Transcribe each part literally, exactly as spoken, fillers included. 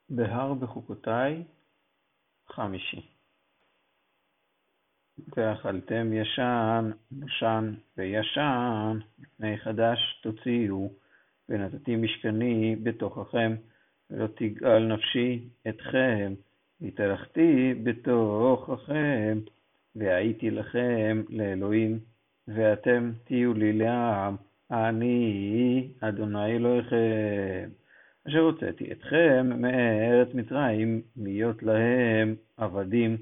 בהר בחוקותיי חמישי. ואכלתם ישן, נושן וישן, מפני חדש תוציאו, ונתתי משכני בתוככם, ולא תגאל נפשי אתכם, והתהלכתי בתוככם, והייתי לכם לאלוהים, ואתם תהיו לי לעם, אני אדוני אלוהיכם. אשר הוצאתי אתכם מארץ מצרים, להיות להם עבדים,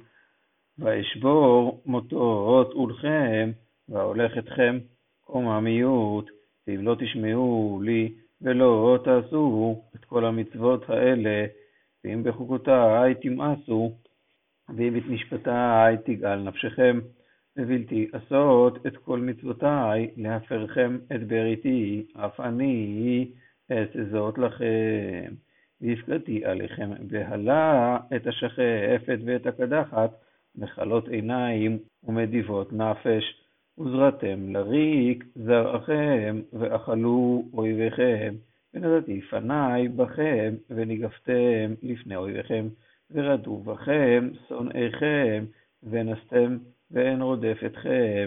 ואשבור מוטות עולכם, ואהולך אתכם קוממיות, ואם לא תשמעו לי, ולא תעשו את כל המצוות האלה, ואם בחוקותיי תמאסו, ואם את משפטיי תגאל נפשכם, ובלתי עשות את כל מצוותיי, להפרכם את בריתי, אף אני אעשה זאת לכם. והפקדתי עליכם בהלה את השחפת ואת הקדחת, מחלות עיניים ומדיבות נפש, וזרעתם לריק זרעכם, ואכלו אויביכם, ונתתי פניי בכם, וניגפתם לפני אויביכם, ורדו בכם שונאיכם, ונסתם ואין רודף אתכם.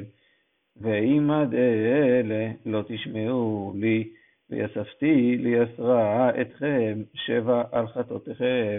ואם עד אלה לא תשמעו לי, ויספתי ליסרה אתכם שבע על חטאותיכם,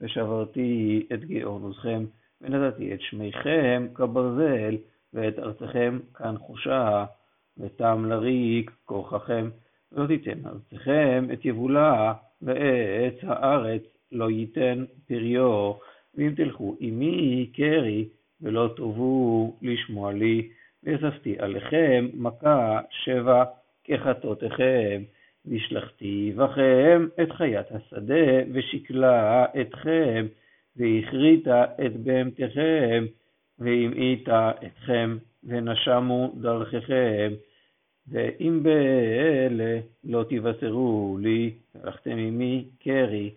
ושברתי את גאונותכם, ונתתי את שמיכם כברזל, ואת ארצכם כנחושה, ותם לריק כוחכם, ולא תיתן ארצכם את יבולה, ועץ הארץ לא ייתן פריו, ואם תלכו עמי קרי, ולא תובו לשמוע לי, ויספתי עליכם מכה שבע כחטאותיכם, והשלכתי בכם את חיית השדה, ושקלה אתכם, והכריתה את בהמתכם, והמעיטה אתכם, ונשמו דרככם. ואם באלה לא תבשרו לי, והלכתם עמי קרי,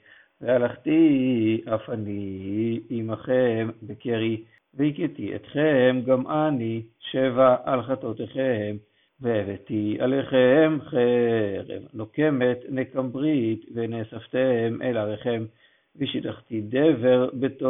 והלכתי אף אני עמכם בקרי, והכיתי אתכם גם אני שבע על חטאותיכם, והבאתי עליכם חרב נוקמת נקם ברית, ונאספתם אל עריכם, ושידכתי דבר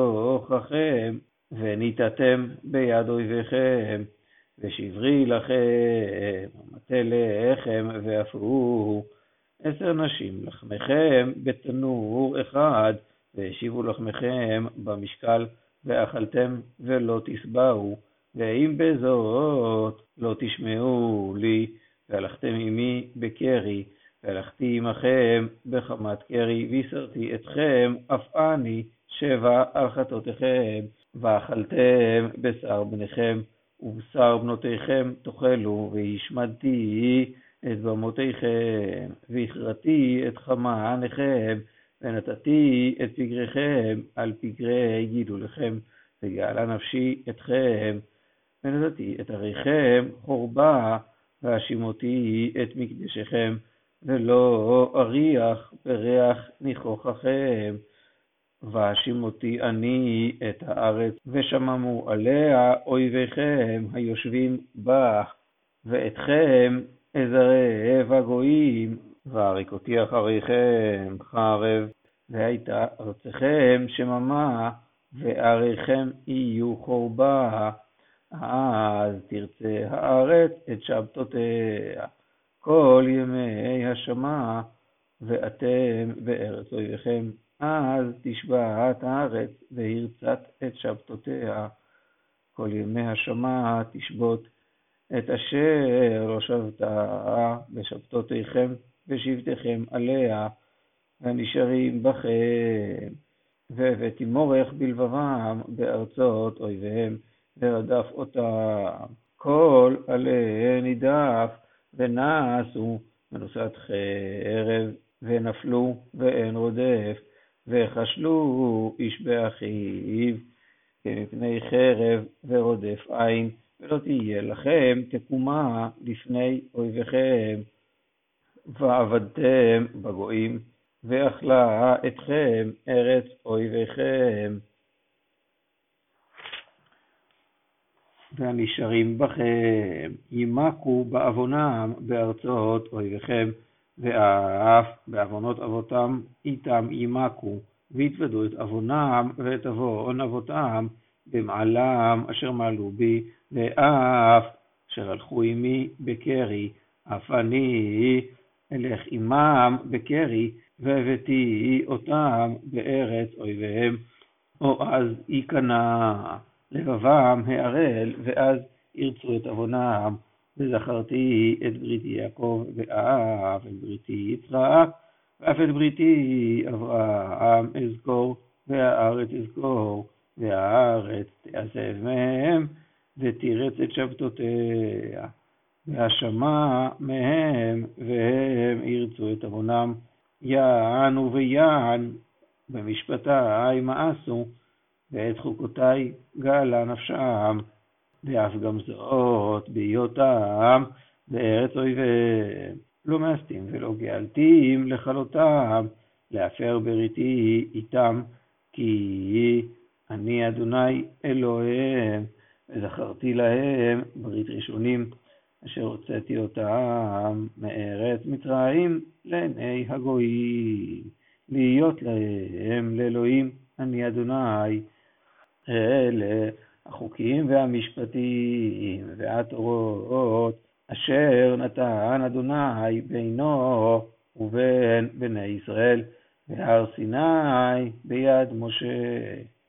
בתוככם, וניתתם ביד אויביכם, ושברי לכם מטה לחם ואפרו עשר נשים לחמכם בתנור אחד, והשיבו לחמכם במשקל, ואכלתם ולא תשבעו. ואם בזאת לא תשמעו לי, והלכתם עמי בקרי, והלכתי עמכם בחמת קרי, והסרתי אתכם אף אני שבע על חטאותיכם, ואכלתם בשר בניכם ובשר בנותיכם תאכלו, והשמדתי את במותיכם, והכרתי את חמניכם, ונתתי את פגריכם על פגרי גידולכם, וגאלה נפשי אתכם, ונתתי את עריכם חורבה, והשימותי את מקדשכם, ולא אריח בריח ניחוחכם, והשימותי אני את הארץ, ושממו עליה אויביכם היושבים בה, ואתכם אזרב הגויים, והריקותי אחריכם חרב, והייתה ארצכם שממה, ועריכם יהיו חורבה, אז תרצה הארץ את שבתותיה כל ימי השמה, ואתם בארץ אויביכם, אז תשבת הארץ והרצת את שבתותיה כל ימי השמה, תשבות את אשר לא שבתה בשבתותיכם ושבתכם עליה, והנשארים בכם. והבאתי מורך בלבבם בארצות אויביהם, ורדף אותם כל עלי נידף, ונעשו מנוסת חרב, ונפלו ואין רודף, וחשלו איש באחיו, כמפני חרב ורודף עין, ולא תהיה לכם תקומה לפני אויביכם. ועבדתם בגויים, ואכלה אתכם ארץ אויביכם. והנשארים בכם ימקו בעוונם בארצות אויביכם, ואף בעוונות אבותם איתם ימקו, והתוודו את עוונם ואת עוון אבותם במעלם אשר מעלו בי, ואף אשר הלכו עמי בקרי, אף אני אלך עמם בקרי, והבאתי אותם בארץ אויביהם. או אז ייכנע לבבם הערל, ואז ירצו את עוונם. וזכרתי את בריתי יעקב, ואף את בריתי יצחק, ואף את בריתי אברהם אזכור, והארץ אזכור, והארץ תעזב מהם, ותירץ את שבתותיה, והשמע מהם, והם ירצו את עוונם. יענו ויען במשפטי מאסו, ואת חוקותי גאלה נפשם, ואף גם זאת בהיותם בארץ אויביהם. לא מאסתים ולא גאלתים לכלותם, להפר בריתי איתם, כי אני אדוני אלוהיהם, וזכרתי להם ברית ראשונים, אשר הוצאתי אותם מארץ מצרים לעיני הגויים, להיות להם לאלוהים, אני אדוני. אלה החוקים והמשפטים והתורות אשר נתן אדוני בינו ובין בני ישראל בהר סיני ביד משה.